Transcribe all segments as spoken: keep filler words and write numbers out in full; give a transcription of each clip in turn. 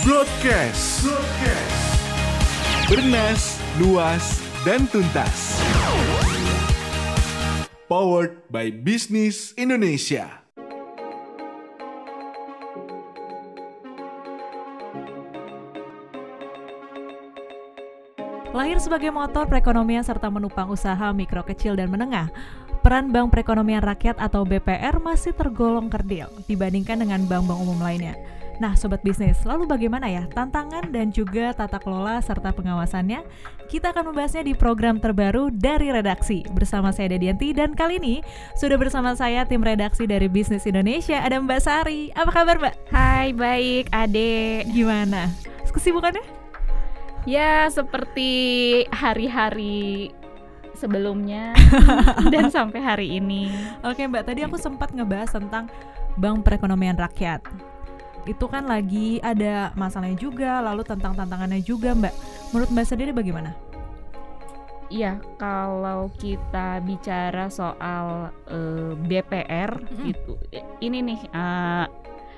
Broadcast. Broadcast. Bernas, luas, dan tuntas. Powered by Business Indonesia. Lahir sebagai motor perekonomian serta menopang usaha mikro, kecil, dan menengah, peran Bank Perekonomian Rakyat atau B P R masih tergolong kerdil dibandingkan dengan bank-bank umum lainnya. Nah, Sobat Bisnis, lalu bagaimana ya tantangan dan juga tata kelola serta pengawasannya? Kita akan membahasnya di program terbaru dari redaksi. Bersama saya Dedianti, dan kali ini sudah bersama saya tim redaksi dari Business Indonesia, ada Mbak Sari. Apa kabar, Mbak? Hai, baik, Ade. Gimana kesibukannya? Ya, seperti hari-hari sebelumnya dan sampai hari ini. Oke, Mbak, tadi aku sempat ngebahas tentang Bank Perekonomian Rakyat. Itu kan lagi ada masalahnya juga, lalu tentang tantangannya juga, Mbak. Menurut Mbak sendiri bagaimana? Iya, kalau kita bicara soal uh, B P R mm-hmm. itu, ini nih uh,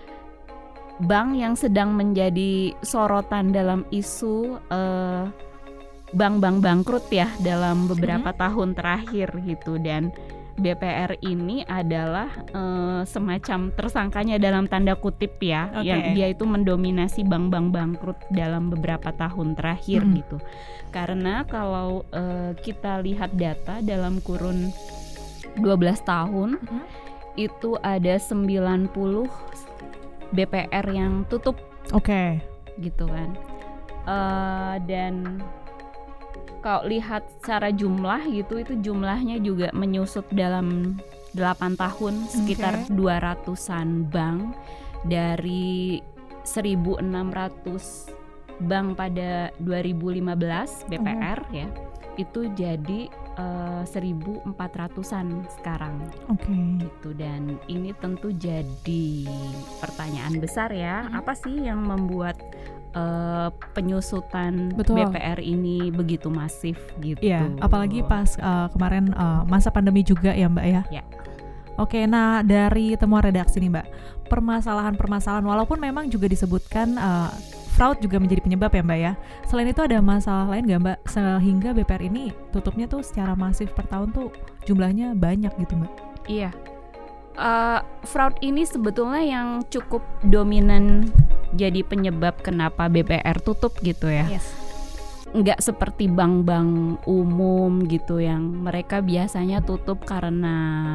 bank yang sedang menjadi sorotan dalam isu uh, bank-bank bangkrut ya dalam beberapa mm-hmm. tahun terakhir gitu, dan B P R ini adalah uh, semacam tersangkanya dalam tanda kutip ya, okay. yang dia itu mendominasi bank-bank bangkrut dalam beberapa tahun terakhir mm-hmm. gitu. Karena kalau uh, kita lihat data dalam kurun dua belas tahun mm-hmm. itu ada sembilan puluh B P R yang tutup, oke, okay. gitu kan. Uh, dan kalau lihat secara jumlah gitu, itu jumlahnya juga menyusut dalam delapan tahun, sekitar okay. dua ratusan bank dari seribu enam ratus bank pada dua ribu lima belas B P R uh-huh. ya, itu jadi uh, seribu empat ratusan sekarang. Oke. Okay. Gitu, dan ini tentu jadi pertanyaan besar ya, uh-huh. apa sih yang membuat Uh, penyusutan Betul. B P R ini begitu masif gitu. Iya, apalagi pas uh, kemarin uh, masa pandemi juga ya, Mbak ya. Ya. Oke, nah dari temuan redaksi nih, Mbak, permasalahan-permasalahan walaupun memang juga disebutkan uh, fraud juga menjadi penyebab ya, Mbak ya. Selain itu ada masalah lain nggak, Mbak, sehingga B P R ini tutupnya tuh secara masif per tahun tuh jumlahnya banyak gitu, Mbak? Iya. Uh, fraud ini sebetulnya yang cukup dominan jadi penyebab kenapa B P R tutup gitu ya. Yes. Nggak seperti bank-bank umum gitu yang mereka biasanya tutup karena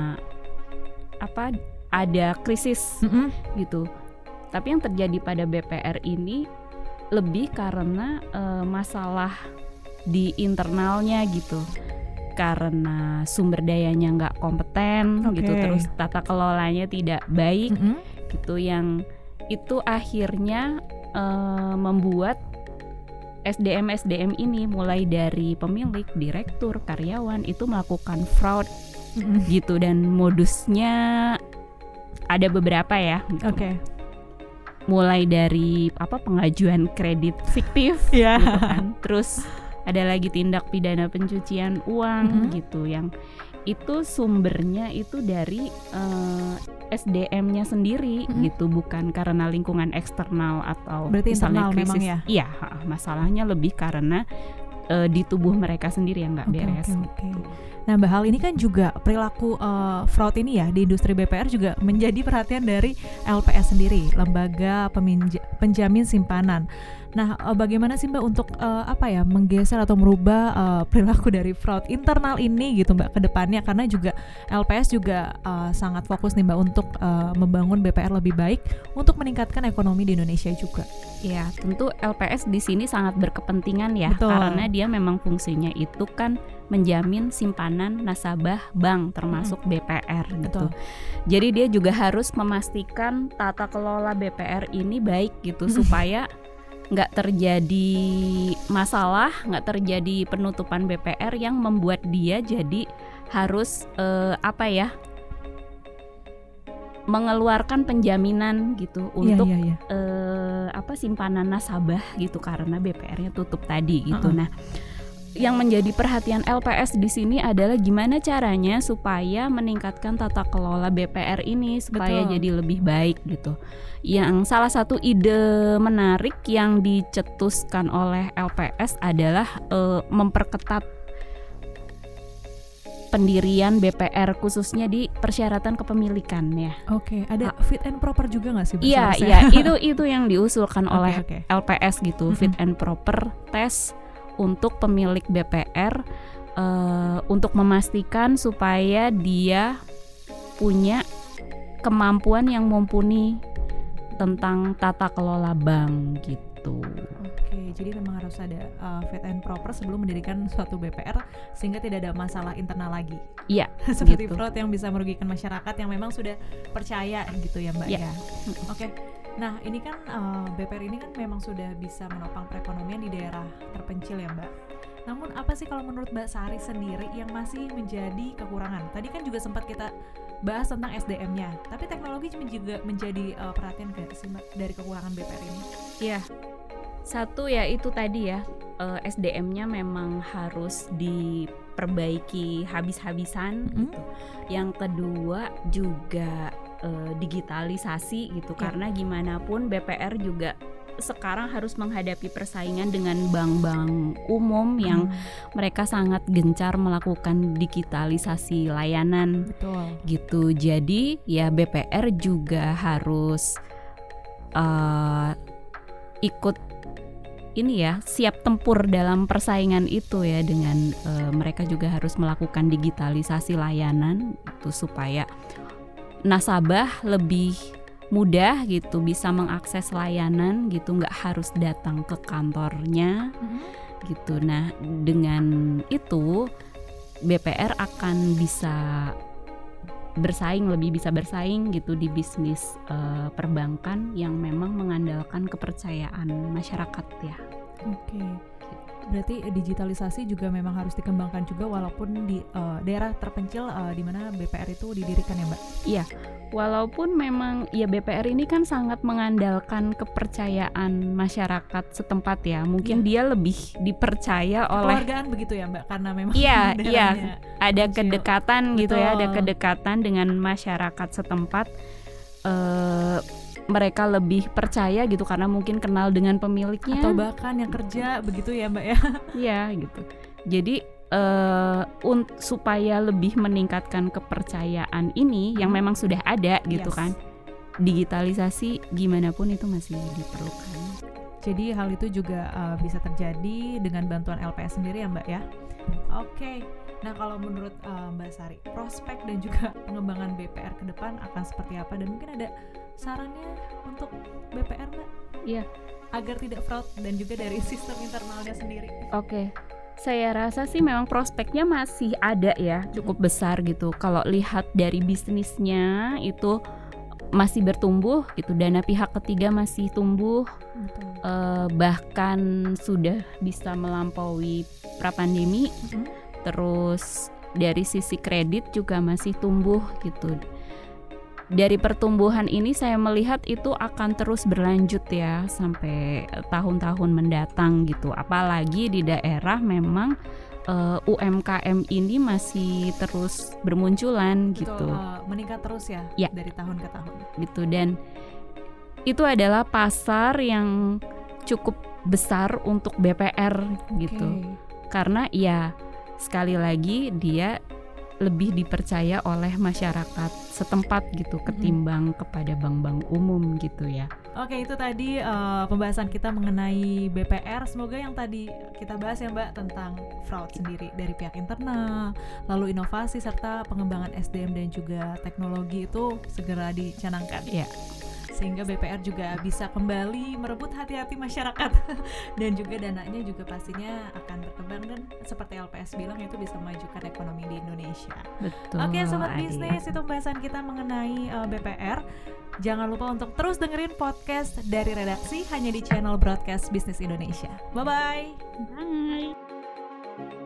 apa? Ada krisis mm-hmm. gitu. Tapi yang terjadi pada B P R ini lebih karena uh, masalah di internalnya gitu. Karena sumber dayanya nggak kompeten okay. gitu, terus tata kelolanya tidak baik mm-hmm. gitu, yang itu akhirnya uh, membuat S D M S D M ini mulai dari pemilik, direktur, karyawan itu melakukan fraud mm-hmm. gitu, dan modusnya ada beberapa ya gitu. Oke. Okay. Mulai dari apa pengajuan kredit fiktif yeah. gitu kan, terus ada lagi tindak pidana pencucian uang mm-hmm. gitu, yang itu sumbernya itu dari uh, S D M-nya sendiri mm-hmm. gitu, bukan karena lingkungan eksternal atau berarti misalnya internal krisis. Memang ya? Iya, masalahnya lebih karena uh, di tubuh mereka sendiri yang nggak okay, beres. Okay, okay. Nah, Mbak, hal ini kan juga perilaku uh, fraud ini ya di industri B P R juga menjadi perhatian dari L P S sendiri, Lembaga Peminja- Penjamin Simpanan. Nah, uh, bagaimana sih, Mbak, untuk uh, apa ya menggeser atau merubah uh, perilaku dari fraud internal ini gitu, Mbak, ke depannya, karena juga L P S juga uh, sangat fokus nih, Mbak, untuk uh, membangun B P R lebih baik untuk meningkatkan ekonomi di Indonesia juga. Ya, tentu L P S di sini sangat berkepentingan ya. Betul. Karena dia memang fungsinya itu kan menjamin simpanan nasabah bank termasuk hmm. B P R gitu. Betul. Jadi dia juga harus memastikan tata kelola B P R ini baik gitu supaya nggak terjadi masalah, nggak terjadi penutupan B P R yang membuat dia jadi harus uh, apa ya mengeluarkan penjaminan gitu untuk yeah, yeah, yeah. Uh, apa simpanan nasabah gitu karena B P R-nya tutup tadi gitu. Uh-uh. Nah, yang menjadi perhatian L P S di sini adalah gimana caranya supaya meningkatkan tata kelola B P R ini supaya Betul. jadi lebih baik gitu. Yang salah satu ide menarik yang dicetuskan oleh L P S adalah uh, memperketat pendirian B P R khususnya di persyaratan kepemilikan ya. Oke, ada fit and proper juga nggak sih? Bu, Iya, seharusnya? iya, itu itu yang diusulkan Oke, oleh oke. L P S gitu, Mhm. fit and proper test untuk pemilik B P R uh, untuk memastikan supaya dia punya kemampuan yang mumpuni tentang tata kelola bank gitu. Oke, jadi memang harus ada uh, fit and proper sebelum mendirikan suatu B P R sehingga tidak ada masalah internal lagi. Iya, Seperti gitu. fraud yang bisa merugikan masyarakat yang memang sudah percaya gitu ya Mbak Iya. ya. Oke. Nah, ini kan uh, B P R ini kan memang sudah bisa menopang perekonomian di daerah terpencil ya Mbak. Namun apa sih kalau menurut Mbak Sari sendiri yang masih menjadi kekurangan? Tadi kan juga sempat kita bahas tentang S D M-nya, tapi teknologi juga menjadi uh, perhatian gak sih Mbak dari kekurangan B P R ini? Iya. Satu ya itu tadi ya, uh, S D M-nya memang harus diperbaiki habis-habisan Mm-hmm. gitu. Yang kedua juga uh, digitalisasi gitu, Ya. karena gimana pun B P R juga sekarang harus menghadapi persaingan dengan bank-bank umum yang Hmm, mereka sangat gencar melakukan digitalisasi layanan betul. gitu. Jadi ya B P R juga harus uh, ikut ini ya, siap tempur dalam persaingan itu ya, dengan uh, mereka juga harus melakukan digitalisasi layanan itu supaya nasabah lebih mudah gitu bisa mengakses layanan gitu, nggak harus datang ke kantornya Mhm. gitu. Nah, dengan itu B P R akan bisa bersaing, lebih bisa bersaing gitu di bisnis uh, perbankan yang memang mengandalkan kepercayaan masyarakat ya. Oke. Berarti digitalisasi juga memang harus dikembangkan juga walaupun di uh, daerah terpencil uh, di mana B P R itu didirikan ya Mbak. Iya, walaupun memang ya B P R ini kan sangat mengandalkan kepercayaan masyarakat setempat ya. Mungkin Iya. dia lebih dipercaya oleh Kekeluargaan begitu ya Mbak, karena memang Iya, iya. daerahnya ada kecil. kedekatan gitu ya, ada Betul. kedekatan dengan masyarakat setempat. Eh, mereka lebih percaya gitu karena mungkin kenal dengan pemiliknya. atau bahkan yang kerja begitu ya Mbak ya. Iya gitu. Jadi eh, un- supaya lebih meningkatkan kepercayaan ini yang Hmm. memang sudah ada gitu Yes. kan, digitalisasi gimana pun itu masih diperlukan. Jadi hal itu juga uh, bisa terjadi dengan bantuan L P S sendiri ya Mbak ya. Oke. Nah, kalau menurut uh, Mbak Sari, prospek dan juga pengembangan B P R ke depan akan seperti apa, dan mungkin ada sarannya untuk B P R Mbak? Iya. Agar tidak fraud dan juga dari sistem internalnya sendiri. Oke. Saya rasa sih memang prospeknya masih ada ya, cukup besar gitu. Kalau lihat dari bisnisnya itu masih bertumbuh gitu, dana pihak ketiga masih tumbuh, Betul. eh, bahkan sudah bisa melampaui pra-pandemi. Mm-hmm. Terus dari sisi kredit juga masih tumbuh gitu. Dari pertumbuhan ini saya melihat itu akan terus berlanjut ya sampai tahun-tahun mendatang gitu. Apalagi di daerah memang uh, U M K M ini masih terus bermunculan Betul, gitu. uh, meningkat terus ya, Ya. dari tahun ke tahun. Gitu, dan itu adalah pasar yang cukup besar untuk B P R gitu. Oke. Karena ya sekali lagi dia lebih dipercaya oleh masyarakat setempat gitu ketimbang kepada bank-bank umum gitu ya. Oke, itu tadi uh, pembahasan kita mengenai B P R. Semoga yang tadi kita bahas ya Mbak tentang fraud sendiri dari pihak internal, lalu inovasi serta pengembangan S D M dan juga teknologi itu segera dicanangkan. Ya. Sehingga B P R juga bisa kembali merebut hati-hati masyarakat dan juga dananya juga pastinya akan berkembang dan seperti L P S bilang itu bisa memajukan ekonomi di Indonesia. Betul. Oke sobat Adi. bisnis, itu pembahasan kita mengenai uh, B P R. Jangan lupa untuk terus dengerin podcast dari redaksi hanya di channel Broadcast Bisnis Indonesia. Bye bye. Bye.